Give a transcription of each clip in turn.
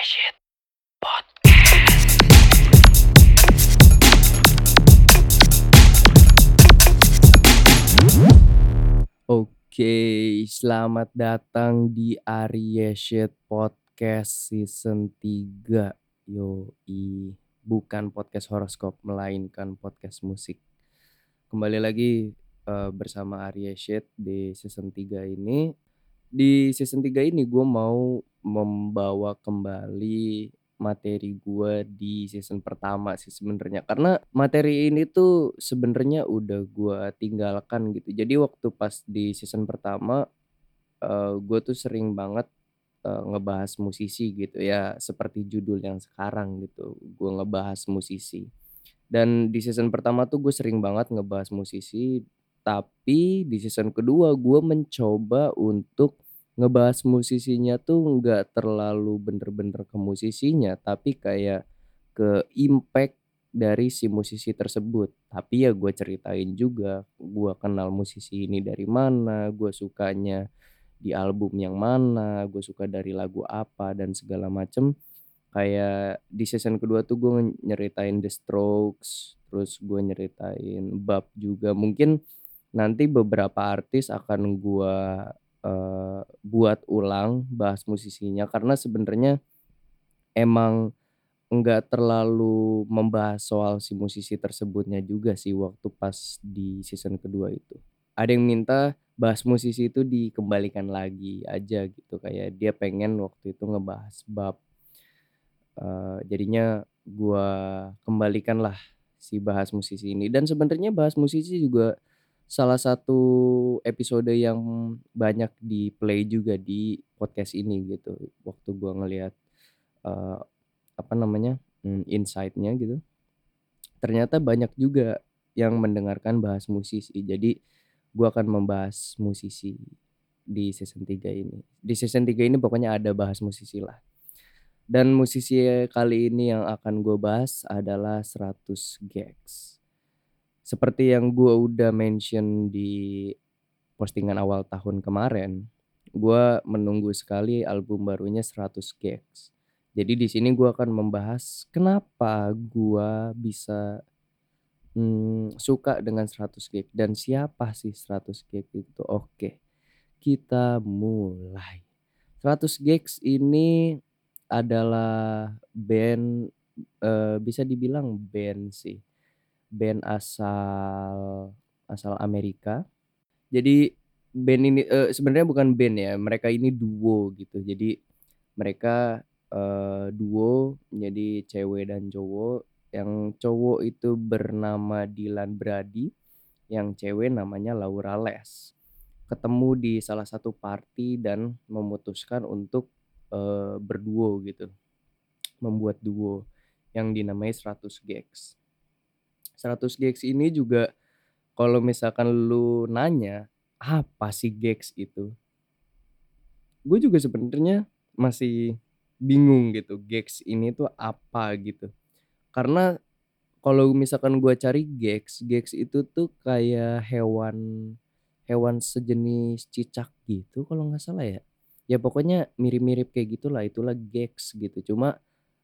Shit Podcast. Oke, selamat datang di Shit Podcast season 3. Yoi, bukan podcast horoskop melainkan podcast musik. Kembali lagi bersama Shit di season 3 ini. Di season 3 ini gue mau membawa kembali materi gue di season pertama sih sebenarnya. Karena materi ini tuh sebenarnya udah gue tinggalkan gitu. Jadi waktu pas di season pertama, gue tuh sering banget, ngebahas musisi gitu ya, seperti judul yang sekarang gitu, gue ngebahas musisi. Dan di season pertama tuh gue sering banget ngebahas musisi, tapi di season kedua gue mencoba untuk ngebahas musisinya tuh nggak terlalu bener-bener ke musisinya, tapi kayak ke impact dari si musisi tersebut. Tapi ya gue ceritain juga, gue kenal musisi ini dari mana, gue sukanya di album yang mana, gue suka dari lagu apa dan segala macem. Kayak di season kedua tuh gue nyeritain The Strokes, terus gue nyeritain Bab juga. Mungkin nanti beberapa artis akan gue buat ulang bahas musisinya karena sebenarnya emang enggak terlalu membahas soal si musisi tersebutnya juga sih waktu pas di season kedua itu. Ada yang minta bahas musisi itu dikembalikan lagi aja gitu, kayak dia pengen waktu itu ngebahas Bab. Jadinya gua kembalikanlah si bahas musisi ini dan sebenarnya bahas musisi juga salah satu episode yang banyak di-play juga di podcast ini gitu. Waktu gua ngelihat, eee, apa namanya, insight-nya gitu, ternyata banyak juga yang mendengarkan bahas musisi. Jadi gua akan membahas musisi di season 3 ini. Di season 3 ini pokoknya ada bahas musisi lah. Dan musisi kali ini yang akan gue bahas adalah 100 Gex. Seperti yang gue udah mention di postingan awal tahun kemarin, gue menunggu sekali album barunya 100 Gex. Jadi di sini gue akan membahas kenapa gue bisa, suka dengan 100 Gex dan siapa sih 100 Gex itu. Oke, kita mulai. 100 Gex ini adalah band, bisa dibilang band sih, band asal asal Amerika. Jadi band ini, sebenarnya bukan band ya, mereka ini duo gitu. Jadi mereka, duo jadi cewek dan cowok. Yang cowok itu bernama Dylan Brady, yang cewek namanya Laura Les. Ketemu di salah satu party dan memutuskan untuk, berduo gitu, membuat duo yang dinamai 100 Gex. 100 Gex ini juga kalau misalkan lu nanya, "Apa sih Gex itu?" Gue juga sebenarnya masih bingung gitu, Gex ini tuh apa gitu. Karena kalau misalkan gue cari Gex, Gex itu tuh kayak hewan hewan sejenis cicak gitu kalau nggak salah ya. Ya pokoknya mirip-mirip kayak gitulah, itulah Gex gitu. Cuma,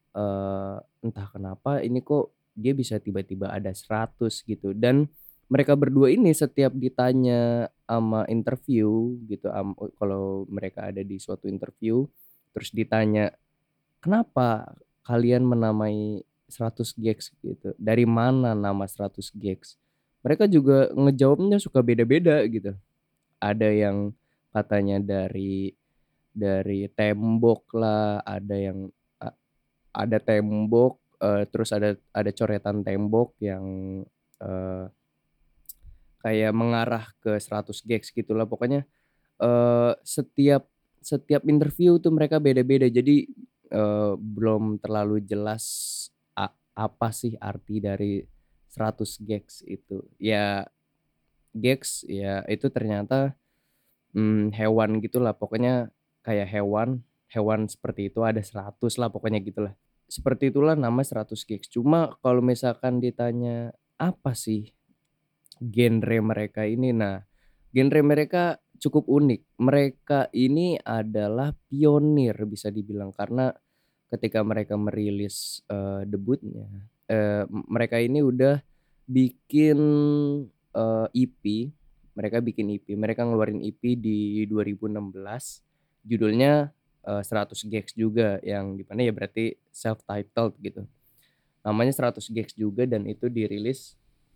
entah kenapa ini kok dia bisa tiba-tiba ada 100 gitu dan mereka berdua ini setiap ditanya ama interview gitu, kalau mereka ada di suatu interview, terus ditanya, "Kenapa kalian menamai 100 Gex?" gitu, "Dari mana nama 100 Gex?" Mereka juga ngejawabnya suka beda-beda gitu. Ada yang katanya dari tembok lah, ada yang ada tembok, terus ada coretan tembok yang, eee, kayak mengarah ke 100 Gex gitulah. Pokoknya, setiap setiap interview tuh mereka beda-beda. Jadi, belum terlalu jelas apa sih arti dari 100 Gex itu. Ya Gex ya itu ternyata, hewan gitulah. Pokoknya kayak hewan hewan seperti itu ada 100 lah pokoknya gitulah. Seperti itulah nama 100 Gigs. Cuma kalau misalkan ditanya, apa sih genre mereka ini? Nah, genre mereka cukup unik. Mereka ini adalah pionir bisa dibilang karena ketika mereka merilis, debutnya, mereka ini udah bikin, EP, mereka bikin EP, mereka ngeluarin EP di 2016, judulnya, 100 Gecs juga yang di mana ya berarti self-titled gitu. Namanya 100 Gecs juga dan itu dirilis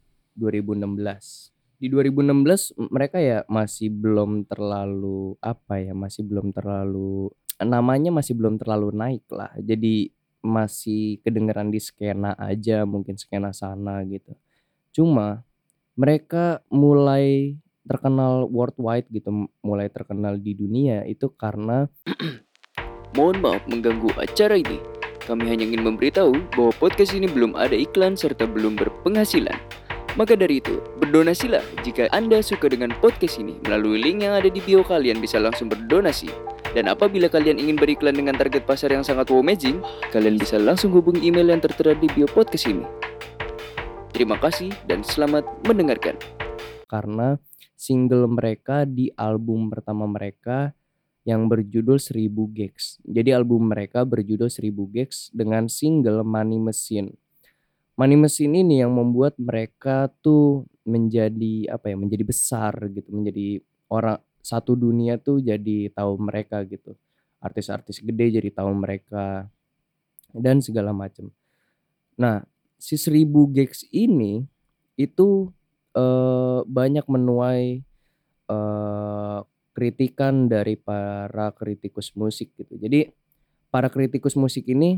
2016. Di 2016 mereka ya masih belum terlalu, apa ya, masih belum terlalu namanya masih belum terlalu naik lah. Jadi masih kedengeran di skena aja, mungkin skena sana gitu. Cuma mereka mulai terkenal worldwide gitu, mulai terkenal di dunia itu karena mohon maaf mengganggu acara ini. Kami hanya ingin memberitahu bahwa podcast ini belum ada iklan serta belum berpenghasilan. Maka dari itu, berdonasilah jika Anda suka dengan podcast ini. Melalui link yang ada di bio kalian bisa langsung berdonasi. Dan apabila kalian ingin beriklan dengan target pasar yang sangat amazing, kalian bisa langsung hubungi email yang tertera di bio podcast ini. Terima kasih dan selamat mendengarkan. Karena single mereka di album pertama mereka yang berjudul 1000 Gecs. Jadi album mereka berjudul 1000 Gecs dengan single Money Machine. Money Machine ini yang membuat mereka tuh menjadi, apa ya, menjadi besar gitu, menjadi orang satu dunia tuh jadi tahu mereka gitu. Artis-artis gede jadi tahu mereka dan segala macam. Nah, si 1000 Gecs ini itu, banyak menuai, eee, kritikan dari para kritikus musik gitu. Jadi para kritikus musik ini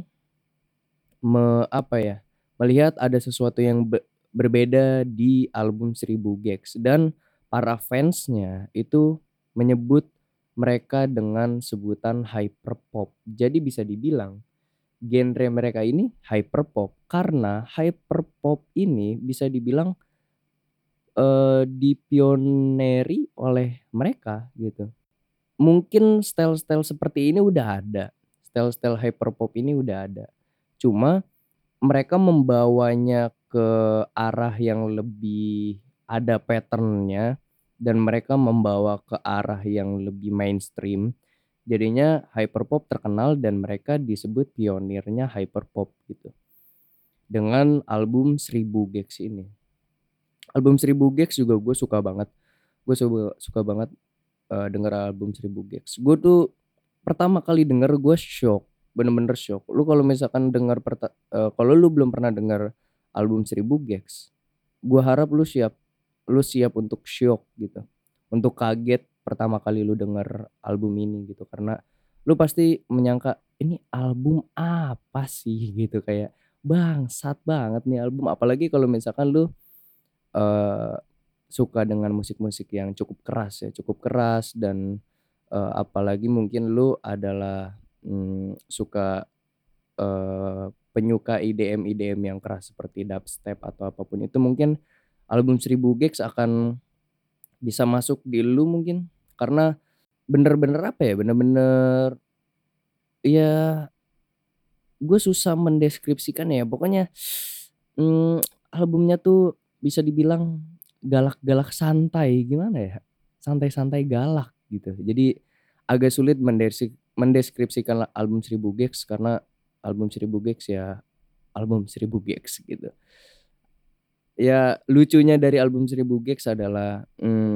apa ya, melihat ada sesuatu yang berbeda di album 1000 Gecs dan para fansnya itu menyebut mereka dengan sebutan hyperpop. Jadi bisa dibilang genre mereka ini hyperpop karena hyperpop ini bisa dibilang, dipioneri oleh mereka gitu. Mungkin style-style seperti ini udah ada, style-style hyperpop ini udah ada. Cuma mereka membawanya ke arah yang lebih ada pattern-nya dan mereka membawa ke arah yang lebih mainstream. Jadinya hyperpop terkenal dan mereka disebut pionirnya hyperpop gitu. Dengan album 1000 Gecs ini. Album 1000 Gecs juga gue suka banget. Gue suka suka banget, denger album 1000 Gecs. Gue tuh pertama kali denger gue syok, bener-bener syok. Lu kalau misalkan denger kalau lu belum pernah denger album 1000 Gecs, gua harap lu siap untuk syok gitu, untuk kaget pertama kali lu denger album ini gitu. Karena lu pasti menyangka, "Ini album apa sih?" Gitu, kayak, "Bangsat banget nih album." Apalagi kalau misalkan lu, eee, suka dengan musik-musik yang cukup keras ya, cukup keras dan apalagi mungkin lu adalah, suka, penyuka IDM-IDM yang keras seperti dubstep atau apapun itu mungkin album 1000 Gecs akan bisa masuk di lu mungkin. Karena bener-bener apa ya, bener-bener ya gue susah mendeskripsikan ya pokoknya, mmm, albumnya tuh bisa dibilang galak-galak santai, gimana ya, santai-santai galak gitu. Jadi agak sulit mendeskripsikan album 1000 Gecs karena album 1000 Gecs ya album 1000 Gecs gitu. Ya lucunya dari album 1000 Gecs adalah,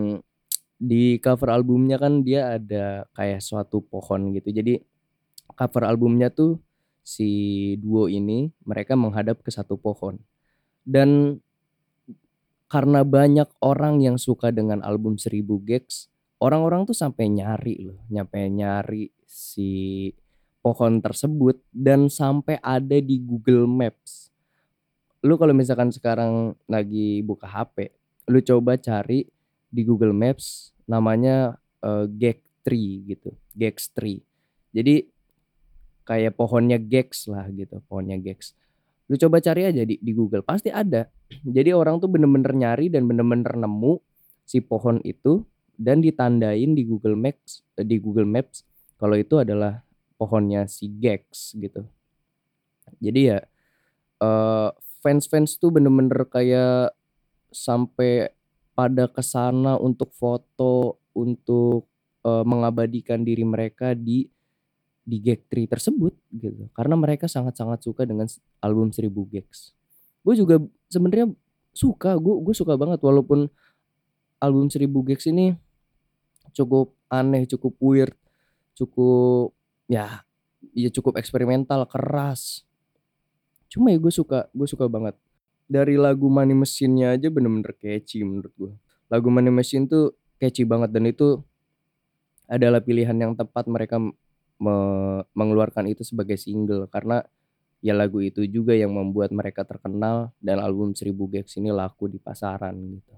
di cover albumnya kan dia ada kayak suatu pohon gitu. Jadi cover albumnya tuh si duo ini mereka menghadap ke satu pohon dan karena banyak orang yang suka dengan album 1000 Gecs, orang-orang tuh sampai nyari loh, nyampe nyari si pohon tersebut dan sampai ada di Google Maps. Lu kalau misalkan sekarang lagi buka HP, lu coba cari di Google Maps namanya, Gag Tree gitu, Gecs Tree. Jadi kayak pohonnya Gecs lah gitu, pohonnya Gecs. Lu coba cari aja di Google, pasti ada. Jadi orang tuh bener-bener nyari dan bener-bener nemu si pohon itu dan ditandain di Google Maps kalau itu adalah pohonnya si Gecs gitu. Jadi ya, eee, fans-fans tuh bener-bener kayak sampai pada ke sana untuk foto, untuk, mengabadikan diri mereka di Gag3 tersebut gitu, karena mereka sangat-sangat suka dengan album 1000 Gags. Gue juga sebenarnya suka, gue suka banget walaupun album 1000 Gags ini cukup aneh, cukup weird, cukup ya ya cukup eksperimental, keras. Cuma ya gue suka banget. Dari lagu Money Machine-nya aja bener-bener catchy menurut gue. Lagu Money Machine tuh catchy banget dan itu adalah pilihan yang tepat mereka mengeluarkan itu sebagai single karena ya lagu itu juga yang membuat mereka terkenal dan album 1000 Gags ini laku di pasaran gitu.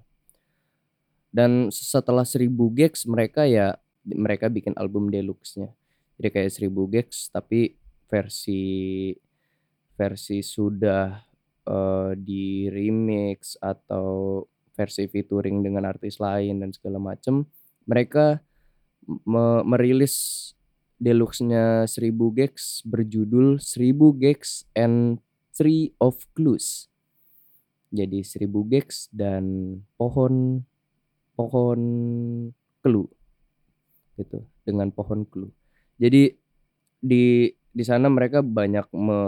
Dan setelah 1000 Gags mereka bikin album deluxe-nya. Jadi kayak 1000 Gags tapi versi versi sudah, di-remix atau versi featuring dengan artis lain dan segala macem. Mereka merilis deluxe-nya 1000 Gags berjudul 1000 Gags and Tree of Clues. Jadi 1000 Gags dan pohon pohon clue gitu, dengan pohon clue. Jadi di sana mereka banyak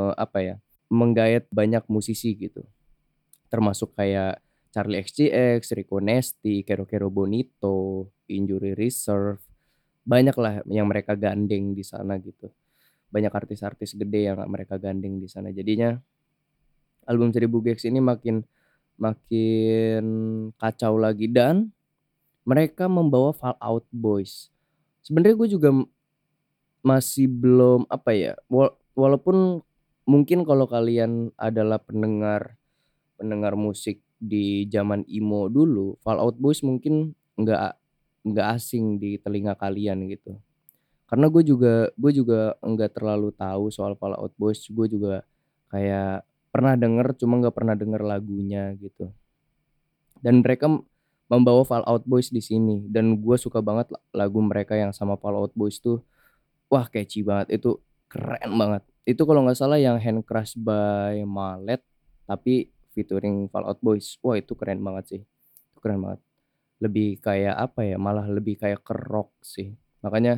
menggayat banyak musisi gitu, termasuk kayak Charli XCX, Rico Nasty, Kero Kero Bonito, Injury Reserve, banyaklah yang mereka gandeng di sana gitu. Banyak artis-artis gede yang mereka gandeng di sana. Jadinya album 1000 Gags ini makin makin kacau lagi dan mereka membawa Fall Out Boys. Sebenarnya gue juga masih belum walaupun mungkin kalau kalian adalah pendengar pendengar musik di zaman emo dulu, Fall Out Boys mungkin nggak asing di telinga kalian gitu. Karena gue juga nggak terlalu tahu soal Fall Out Boys, gue juga kayak pernah denger cuma nggak pernah denger lagunya gitu. Dan mereka membawa Fall Out Boys di sini dan gue suka banget lagu mereka yang sama Fall Out Boys tuh, wah catchy banget, itu keren banget. Itu kalau nggak salah yang Handcrushed by Mallet, tapi featuring Fall Out Boys. Wah itu keren banget sih, itu keren banget. Lebih kayak malah lebih kayak ke rock sih. Makanya,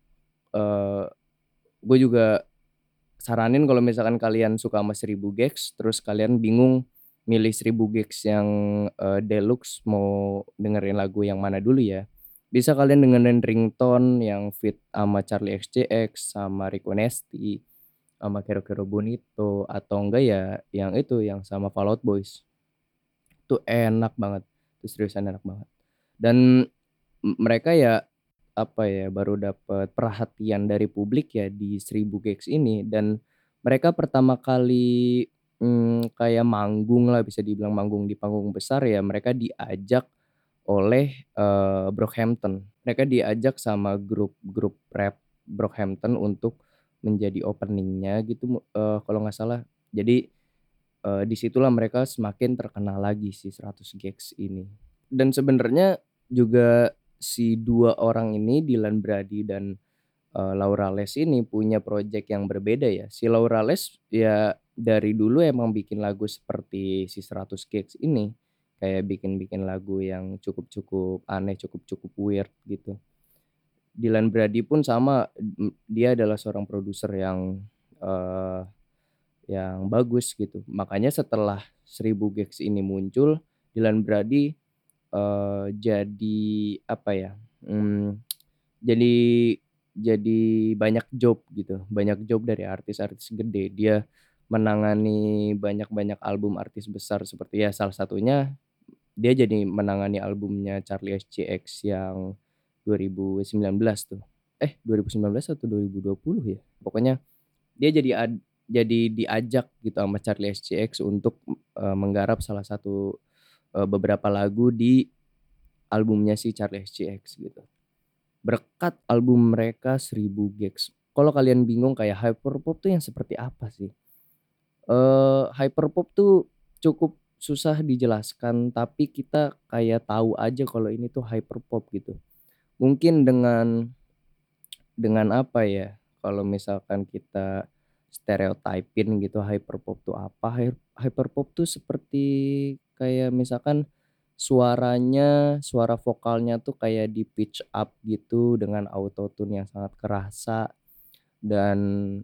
eee, gue juga saranin kalau misalkan kalian suka sama 1000 Gags, terus kalian bingung milih 1000 Gags yang, deluxe mau dengerin lagu yang mana dulu ya, bisa kalian dengerin Ringtone yang feat sama Charli XCX, sama Rico Nasty, sama Kero Kero Bonito, atau enggak ya yang itu, yang sama Fall Out Boys. Itu enak banget, itu seriusan enak banget. Dan mereka ya, baru dapat perhatian dari publik ya di 1000 Gags ini dan mereka pertama kali, kayak manggung lah bisa dibilang manggung di panggung besar ya mereka diajak oleh, Brockhampton. Mereka diajak sama grup rap Brockhampton untuk menjadi opening-nya gitu kalau nggak salah. Jadi, di situlah mereka semakin terkenal lagi si 100 Gags ini. Dan sebenarnya juga si 2 orang ini, Dylan Brady dan, Laura Les ini punya project yang berbeda ya. Si Laura Les ya dari dulu emang bikin lagu seperti si 100 Gags ini, kayak bikin-bikin lagu yang cukup-cukup aneh, cukup-cukup weird gitu. Dylan Brady pun sama, dia adalah seorang produser eee, yang bagus gitu. Makanya setelah 1000 Gags ini muncul, Dylan Brady jadi mmm, jadi jadi banyak job gitu, banyak job dari artis-artis gede. Dia menangani banyak-banyak album artis besar seperti ya salah satunya dia jadi menangani albumnya Charli XCX yang 2019 tuh. 2019 atau 2020 ya? Pokoknya dia jadi diajak gitu sama Charli XCX untuk, menggarap salah satu, beberapa lagu di albumnya si Charli XCX gitu. Berkat album mereka 1000 Gags. Kalau kalian bingung kayak hyperpop tuh yang seperti apa sih? Hyperpop tuh cukup susah dijelaskan, tapi kita kayak tahu aja kalau ini tuh hyperpop gitu. Mungkin dengan kalau misalkan kita stereotypin gitu hyperpop tuh apa, hyperpop tuh seperti kayak misalkan suara vokalnya tuh kayak di pitch up gitu dengan autotune yang sangat kerasa, dan,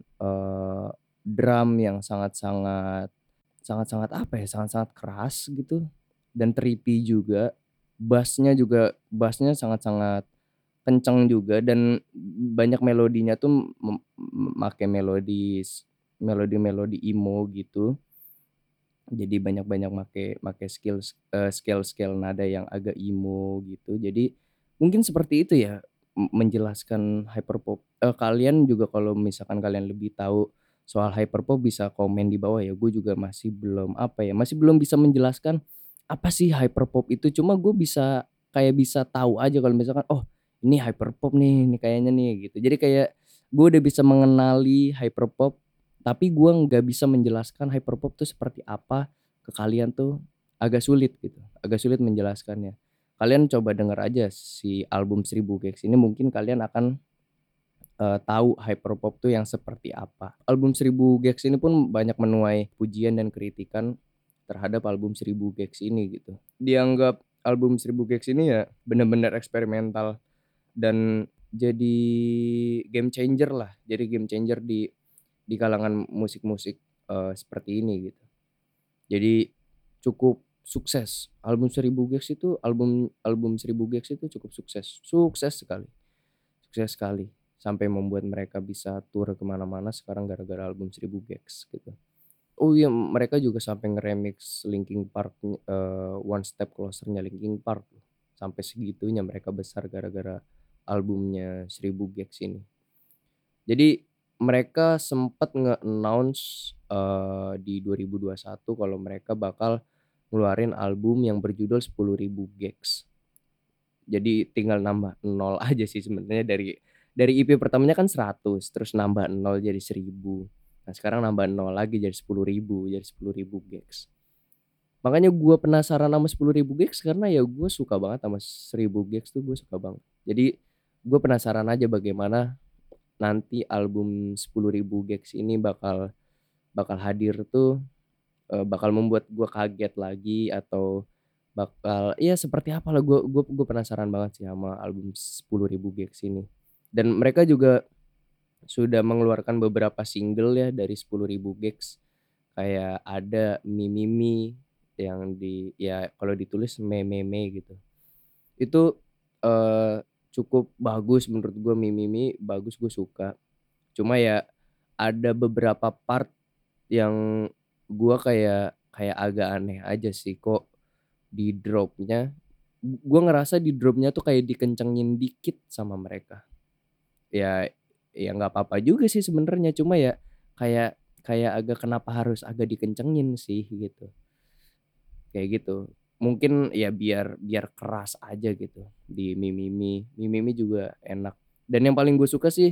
drum yang sangat-sangat apa ya, sangat-sangat keras gitu dan trippy juga. Bass-nya sangat-sangat kenceng juga dan banyak melodinya tuh make melodi-melodi emo gitu. Jadi banyak-banyak make scale-scale nada yang agak emo gitu. Jadi mungkin seperti itu ya, menjelaskan hyperpop. Kalian juga kalau misalkan kalian lebih tahu soal hyperpop bisa komen di bawah ya. Gue juga masih belum apa ya, masih belum bisa menjelaskan apa sih hyperpop itu. Cuma gue bisa tahu aja kalau misalkan, "Oh, ini hyperpop nih, ini kayaknya nih," gitu. Jadi kayak gue udah bisa mengenali hyperpop tapi gua nggak bisa menjelaskan hyperpop tuh seperti apa ke kalian tuh agak sulit gitu, agak sulit menjelaskannya. Kalian coba denger aja si album 1000 Gags ini mungkin kalian akan, tahu hyperpop tuh yang seperti apa. Album 1000 Gags ini pun banyak menuai pujian dan kritikan terhadap album 1000 Gags ini gitu. Dianggap album 1000 Gags ini ya bener-bener eksperimental dan jadi game changer lah, jadi game changer di kalangan musik-musik, seperti ini gitu. Jadi cukup sukses, album 1000 Gags itu album album 1000 Gags itu cukup sukses, sukses sekali, sampai membuat mereka bisa tour ke mana-mana sekarang gara-gara album 1000 Gags gitu. Oh iya, mereka juga sampai nge-remix Linkin Park, One Step Closer-nya Linkin Park, sampai segitunya mereka besar gara-gara albumnya 1000 Gags ini. Jadi mereka sempat nge-announce, di 2021 kalau mereka bakal ngeluarin album yang berjudul 10.000 Gags. Jadi tinggal nambah 0 aja sih sebenarnya dari EP pertamanya kan 100, terus nambah 0 jadi 1000. Nah sekarang nambah 0 lagi jadi 10.000, jadi 10.000 Gags. Makanya gua penasaran sama 10.000 Gags karena ya gua suka banget sama 1000 Gags tuh gua suka banget. Jadi gua penasaran aja bagaimana nanti album 10.000 Gags ini bakal bakal hadir tuh, bakal membuat gua kaget lagi atau bakal ya seperti apalah gua penasaran banget sih sama album 10.000 Gags ini. Dan mereka juga sudah mengeluarkan beberapa single ya dari 10.000 Gags, kayak ada "Mi Mi Mi" yang ya kalau ditulis "Me Me Me" gitu. Itu, cukup bagus menurut gua, "Mi Mi Mi" bagus, gue suka. Cuma ya ada beberapa part yang gua kayak kayak agak aneh aja sih, kok di drop-nya gua ngerasa di drop-nya tuh kayak dikencengin dikit sama mereka. Ya ya nggak apa-apa juga sih sebenarnya, cuma ya kayak kayak agak kenapa harus agak dikencengin sih gitu, kayak gitu. Mungkin ya biar biar keras aja gitu di "Mi Mi Mi". "Mi Mi Mi" juga enak. Dan yang paling gue suka sih,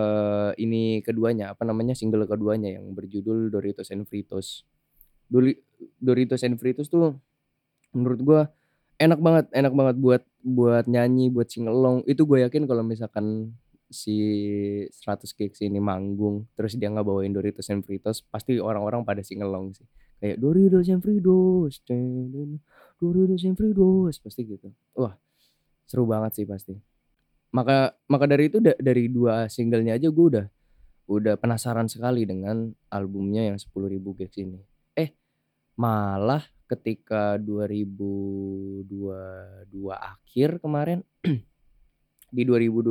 ini keduanya, apa namanya, single keduanya yang berjudul "Doritos and Fritos". Dori Doritos and Fritos tuh menurut gua enak banget buat buat nyanyi, buat singelong. Itu gue yakin kalau misalkan si 100 Gigs ini manggung, terus dia ngebawain Doritos and Fritos, pasti orang-orang pada singelong sih. Kayak Doritos and Fritos, Doritos and Fritos, pasti gitu. Wah, seru banget sih pasti. Maka maka dari itu dari 2 singlenya aja gue udah penasaran sekali dengan albumnya yang 10.000 Gags ini. Eh, malah ketika 2022 akhir kemarin, di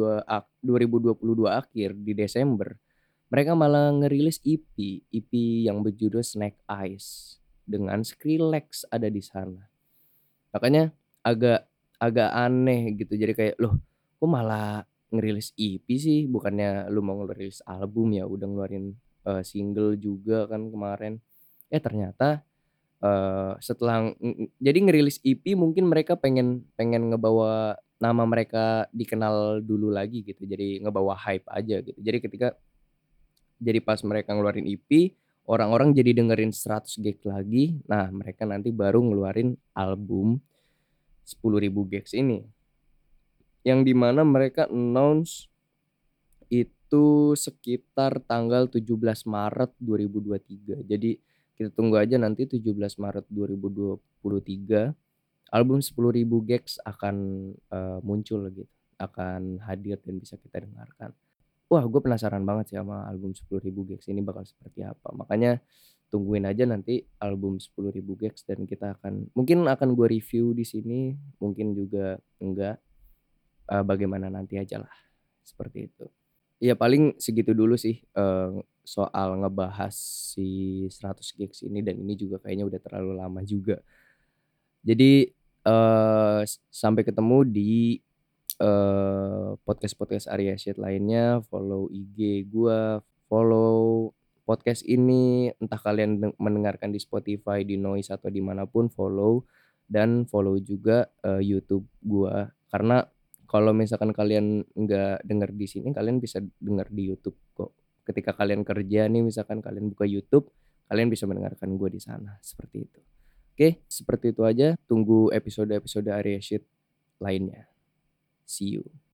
2022 akhir di Desember, mereka malah ngerilis EP yang berjudul Snake Eyes dengan Skrillex ada di sana. Makanya agak agak aneh gitu, jadi kayak, "Loh, kok malah ngerilis EP sih? Bukannya lu mau ngerilis album ya, udah ngeluarin, single juga kan kemarin." Ternyata, setelah jadi ngerilis EP mungkin mereka pengen pengen ngebawa nama mereka dikenal dulu lagi gitu, jadi ngebawa hype aja gitu. Jadi pas mereka ngeluarin EP, orang-orang jadi dengerin 100 Gags lagi, nah mereka nanti baru ngeluarin album 10.000 Gags ini. Yang di mana mereka announce itu sekitar tanggal 17 Maret 2023. Jadi kita tunggu aja nanti 17 Maret 2023 album 10.000 Gags akan, muncul gitu, akan hadir dan bisa kita dengarkan. wah gue penasaran banget sih sama album 10.000 Gecs ini bakal seperti apa. Makanya tungguin aja nanti album 10.000 Gecs dan kita mungkin akan gue review di sini, mungkin juga enggak, bagaimana nanti ajalah, seperti itu. Ya paling segitu dulu sih, soal ngebahas si 100 Gecs ini dan ini juga kayaknya udah terlalu lama juga. Jadi, sampai ketemu di, podcast-podcast Arya Syed lainnya, follow IG gua, follow podcast ini, entah kalian mendengarkan di Spotify, di Noise, atau di mana pun follow, dan follow juga, YouTube gua. Karena kalau misalkan kalian nggak denger di sini, kalian bisa denger di YouTube kok. Ketika kalian kerja nih, misalkan kalian buka YouTube, kalian bisa mendengarkan gua di sana, seperti itu. Oke, seperti itu aja. Tunggu episode-episode Arya Sheet lainnya. See you.